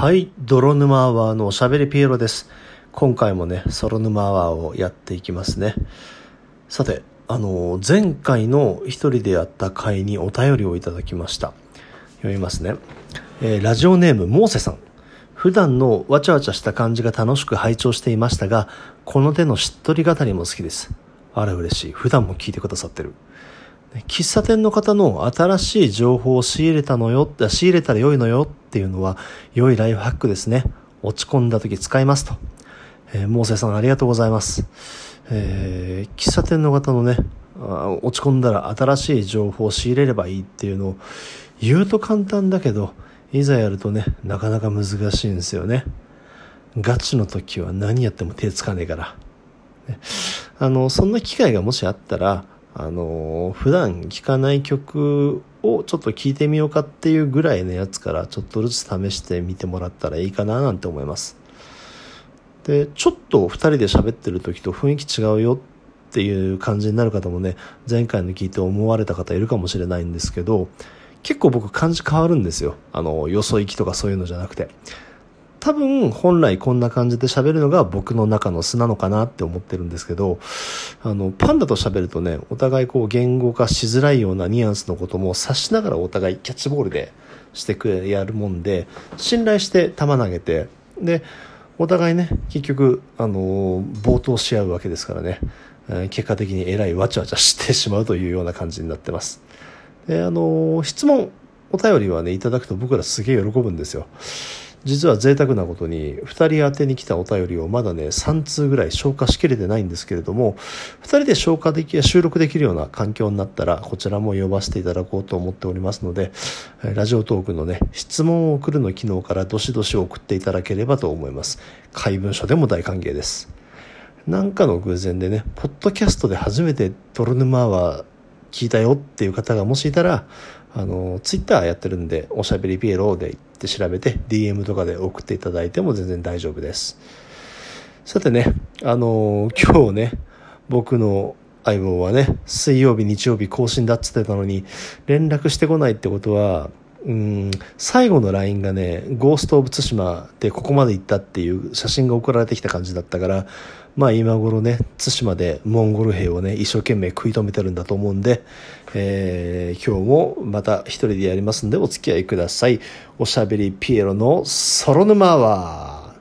はい、泥沼アワーのおしゃべりピエロです。今回もね、ソロ沼アワーをやっていきますね。さて、前回の一人でやった回にお便りをいただきました。読みますね。ラジオネームモーセさん。普段のわちゃわちゃした感じが楽しく拝聴していましたが、この手のしっとり語りも好きです。あら嬉しい。普段も聞いてくださってる。喫茶店の方の新しい情報を仕入れたら良いのよっていうのは良いライフハックですね。落ち込んだ時使いますと。モーセさんありがとうございます。喫茶店の方のね、落ち込んだら新しい情報を仕入れればいいっていうのを言うと簡単だけど、いざやるとね、なかなか難しいんですよね。ガチの時は何やっても手つかねえから。そんな機会がもしあったら、普段聴かない曲をちょっと聴いてみようかっていうぐらいのやつからちょっとずつ試してみてもらったらいいかななんて思います。で、ちょっと二人で喋ってる時と雰囲気違うよっていう感じになる方もね、前回の聞いて思われた方いるかもしれないんですけど、結構僕感じ変わるんですよ。よそ行きとかそういうのじゃなくて。多分本来こんな感じで喋るのが僕の中の素なのかなって思ってるんですけど、パンダと喋るとね、お互いこう言語化しづらいようなニュアンスのことも察しながらお互いキャッチボールでやるもんで、信頼して球投げて、で、お互いね、結局、冒頭し合うわけですからね、結果的にえらいわちゃわちゃしてしまうというような感じになってます。で、質問、お便りはね、いただくと僕らすげえ喜ぶんですよ。実は贅沢なことに2人宛てに来たお便りをまだね3通ぐらい消化しきれてないんですけれども、2人で収録できるような環境になったらこちらも呼ばせていただこうと思っておりますので、ラジオトークのね質問を送るの機能からどしどし送っていただければと思います。怪文書でも大歓迎です。なんかの偶然でね、ポッドキャストで初めて泥沼は聞いたよっていう方がもしいたら、ツイッターやってるんで、おしゃべりピエロでって調べて DM とかで送っていただいても全然大丈夫です。さてね、今日ね、僕の相棒はね、水曜日日曜日更新だっつってたのに連絡してこないってことは、最後の LINE がね、ゴーストオブツシマでここまで行ったっていう写真が送られてきた感じだったから、まあ今頃ね、対馬でモンゴル兵をね、一生懸命食い止めてるんだと思うんで、今日もまた一人でやりますんでお付き合いください。おしゃべりピエロのソロ沼は、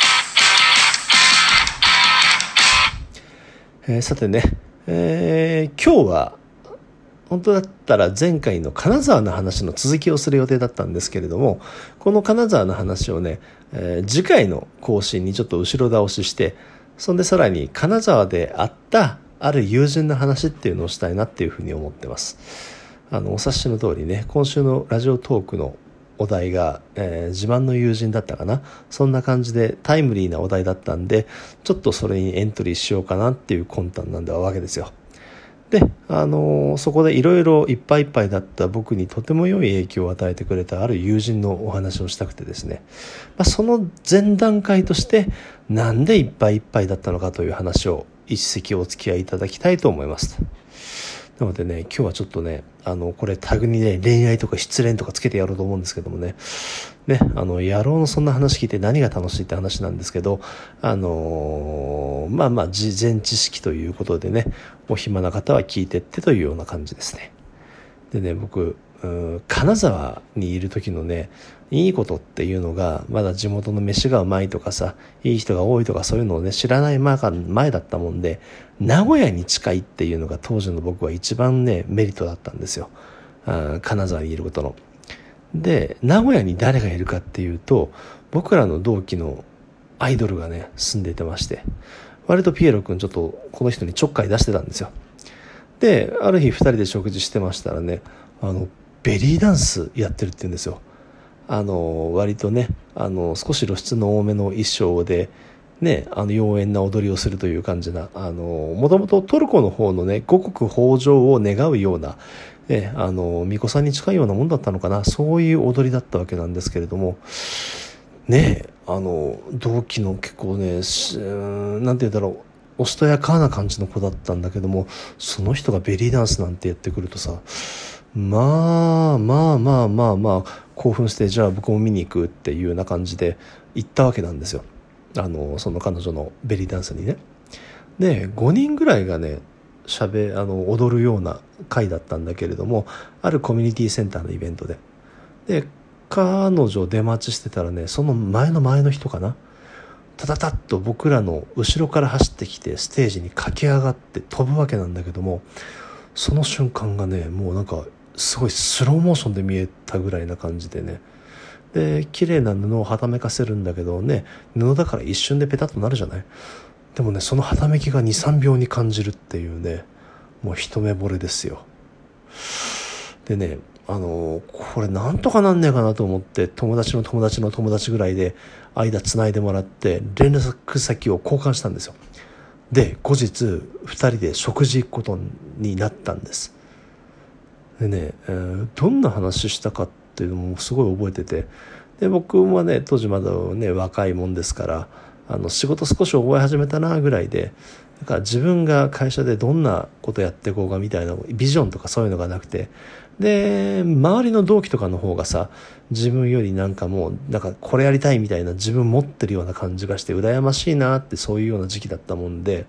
さてね、今日は本当だったら前回の金沢の話の続きをする予定だったんですけれども、この金沢の話をね、次回の更新にちょっと後ろ倒しして、そんでさらに金沢で会ったある友人の話っていうのをしたいなっていうふうに思ってます。お察しの通りね、今週のラジオトークのお題が、自慢の友人だったかな。そんな感じでタイムリーなお題だったんで、ちょっとそれにエントリーしようかなっていう魂胆なんだわけですよ。で、そこでいろいろいっぱいいっぱいだった僕にとても良い影響を与えてくれたある友人のお話をしたくてですね、その前段階としてなんでいっぱいいっぱいだったのかという話を一席お付き合いいただきたいと思います。なのでね、今日はちょっとね、これタグにね、恋愛とか失恋とかつけてやろうと思うんですけどもね、野郎のそんな話聞いて何が楽しいって話なんですけど、事前知識ということでね、お暇な方は聞いてってというような感じですね。でね、僕、金沢にいる時のね、いいことっていうのが、まだ地元の飯がうまいとかさ、いい人が多いとかそういうのをね、知らない前だったもんで、名古屋に近いっていうのが当時の僕は一番ね、メリットだったんですよ。金沢にいることの。で、名古屋に誰がいるかっていうと、僕らの同期のアイドルがね、住んでいてまして、割とピエロ君ちょっとこの人にちょっかい出してたんですよ。で、ある日二人で食事してましたらね、ベリーダンスやってるって言うんですよ。割とね、少し露出の多めの衣装で、ね、妖艶な踊りをするという感じな、もともとトルコの方のね、五穀豊穣を願うような、ね、巫女さんに近いようなもんだったのかな、そういう踊りだったわけなんですけれども、ね、同期の結構ね、なんて言うんだろう、おしとやかな感じの子だったんだけども、その人がベリーダンスなんてやってくるとさ、 興奮して、じゃあ僕も見に行くっていうような感じで行ったわけなんですよ。その彼女のベリーダンスにね。で、5人ぐらいがね、踊るような会だったんだけれども、あるコミュニティセンターのイベントで。で、彼女出待ちしてたらね、その前の人かな。タタタッと僕らの後ろから走ってきてステージに駆け上がって飛ぶわけなんだけども、その瞬間がね、もうなんかすごいスローモーションで見えたぐらいな感じでね。で、綺麗な布をはためかせるんだけどね、布だから一瞬でペタッとなるじゃない。でもね、そのはためきが2、3秒に感じるっていうね、もう一目惚れですよ。でね、これなんとかなんねえかなと思って、友達の友達の友達ぐらいで間つないでもらって連絡先を交換したんですよ。で、後日2人で食事行くことになったんです。でね、どんな話したかっていうのもすごい覚えてて、で、僕はね、当時まだね、若いもんですから、仕事少し覚え始めたなぐらいで、だから自分が会社でどんなことやっていこうかみたいなビジョンとかそういうのがなくて、で、周りの同期とかの方がさ、自分よりなんかもう、なんかこれやりたいみたいな自分持ってるような感じがして羨ましいなって、そういうような時期だったもんで、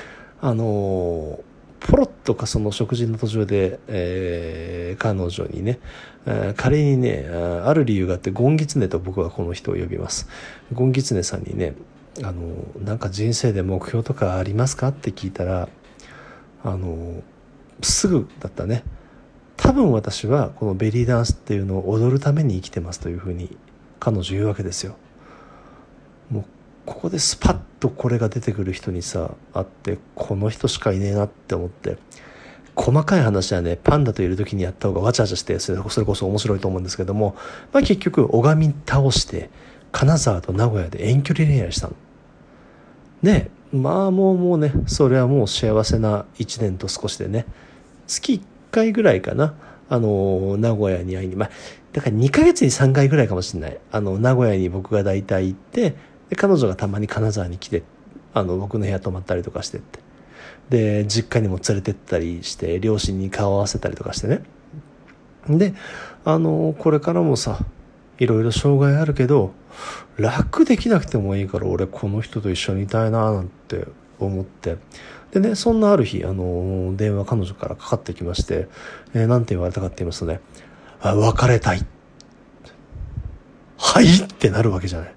ポロッとかその食事の途中で、彼女にね、仮にね、ある理由があって、ゴンギツネと僕はこの人を呼びます。ゴンギツネさんにね、なんか人生で目標とかありますかって聞いたら、すぐだったね。多分私はこのベリーダンスっていうのを踊るために生きてますというふうに彼女言うわけですよ。もうここでスパッとこれが出てくる人にさ、会って、この人しかいねえなって思って、細かい話はね、パンダといる時にやった方がわちゃわちゃして、それこそ面白いと思うんですけども、結局拝み倒して金沢と名古屋で遠距離恋愛したので、もうね、それはもう幸せな1年と少しでね、月1回ぐらいかな、名古屋に会いに、だから2ヶ月に3回ぐらいかもしれない。名古屋に僕が大体行って、で、彼女がたまに金沢に来て、僕の部屋泊まったりとかしてって。で、実家にも連れてったりして、両親に顔を合わせたりとかしてね。で、これからもさ、いろいろ障害あるけど、楽できなくてもいいから俺この人と一緒にいたいななんて思って。でね、そんなある日、電話彼女からかかってきまして、なんて言われたかって言いますとね、別れたい。はいってなるわけじゃない。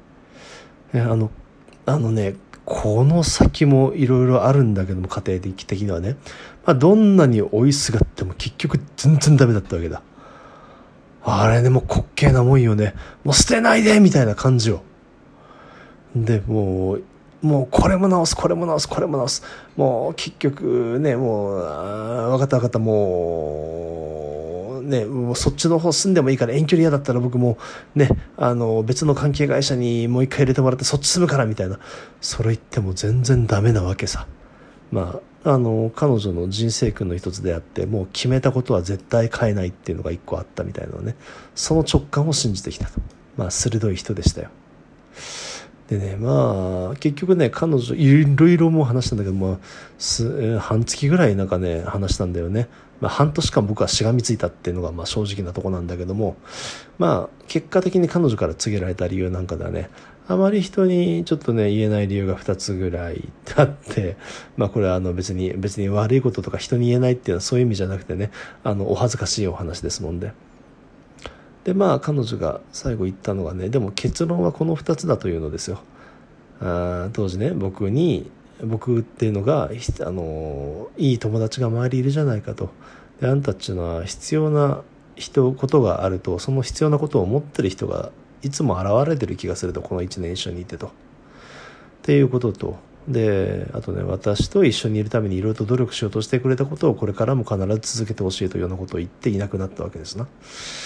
この先もいろいろあるんだけども、家庭的にはね、どんなに追いすがっても結局全然ダメだったわけだ。あれでも滑稽なもんよね。もう捨てないでみたいな感じよ。で、もうこれも直す。もう結局ね、もう、わかった。もう、ね、もうそっちの方住んでもいいから、遠距離嫌だったら僕もね、別の関係会社にもう一回入れてもらってそっち住むからみたいな。それ言っても全然ダメなわけさ。彼女の人生訓の一つであって、もう決めたことは絶対変えないっていうのが一個あったみたいなのね。その直感を信じてきたと。鋭い人でしたよ。でね、結局ね、彼女いろいろもう話したんだけど、半月ぐらいなんかね、話したんだよね。半年間僕はしがみついたっていうのが正直なとこなんだけども、結果的に彼女から告げられた理由なんかではね、あまり人にちょっとね、言えない理由が2つぐらいあって、これは別に悪いこととか人に言えないっていうのはそういう意味じゃなくてね、お恥ずかしいお話ですもんで。で、彼女が最後言ったのがね、でも結論はこの2つだというのですよ。当時ね、僕っていうのが、いい友達が周りいるじゃないかと。で、あんたっていうのは必要なことがあると、その必要なことを持ってる人がいつも現れてる気がすると、この1年一緒にいてと。っていうことと、で、あとね、私と一緒にいるためにいろいろと努力しようとしてくれたことをこれからも必ず続けてほしいというようなことを言っていなくなったわけですな。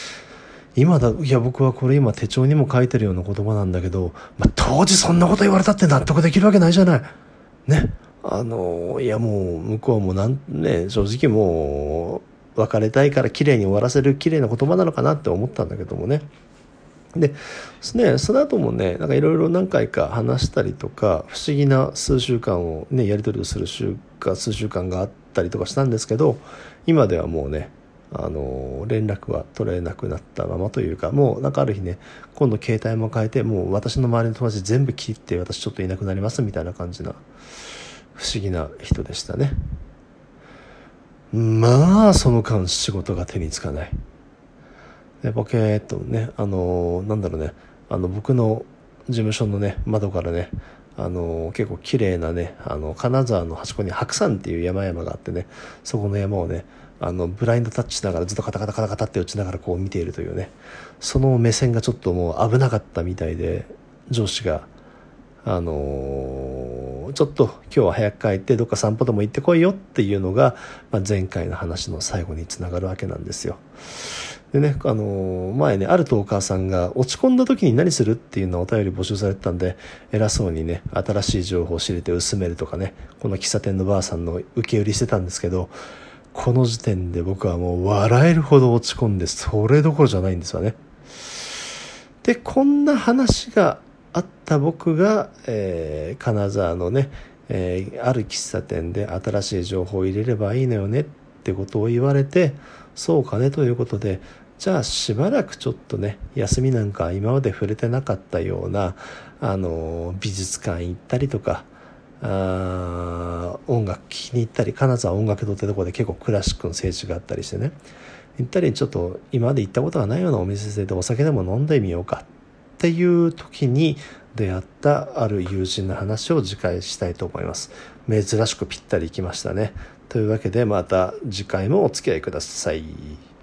僕はこれ今手帳にも書いてるような言葉なんだけど、当時そんなこと言われたって納得できるわけないじゃない。ね。もう向こうも正直もう別れたいから綺麗に終わらせる綺麗な言葉なのかなって思ったんだけどもね。で、その後もね、なんかいろいろ何回か話したりとか、不思議な数週間をね、やり取りをする数週間があったりとかしたんですけど、今ではもうね、 連絡は取れなくなったままというか、もうなんかある日ね、今度携帯も変えて、もう私の周りの友達全部切って、私ちょっといなくなりますみたいな感じな不思議な人でしたね。まあその間仕事が手につかない。でボケーっとね、なんだろうね、僕の事務所のね窓からね、結構綺麗なね、金沢の端っこに白山っていう山々があってね、そこの山をね、ブラインドタッチしながらずっとカタカタカタカタって打ちながらこう見ているというね、その目線がちょっともう危なかったみたいで、上司がちょっと今日は早く帰ってどっか散歩でも行ってこいよっていうのが、前回の話の最後につながるわけなんですよ。でね、前ね、あるトーカーさんが落ち込んだ時に何するっていうのをお便り募集されてたんで、偉そうにね、新しい情報を知れて薄めるとかね、この喫茶店のばあさんの受け売りしてたんですけど、この時点で僕はもう笑えるほど落ち込んで、それどころじゃないんですよね。で、こんな話があった僕が、金沢のね、ある喫茶店で新しい情報を入れればいいのよねってことを言われて、そうかねということで、じゃあしばらくちょっとね、休みなんか今まで触れてなかったような美術館行ったりとか、音楽聴きに行ったり、金沢音楽堂ってところで結構クラシックの聖地があったりしてね、行ったり、ちょっと今まで行ったことがないようなお店でお酒でも飲んでみようかっていう時に出会ったある友人の話を次回したいと思います。珍しくぴったり行きましたね。というわけでまた次回もお付き合いください。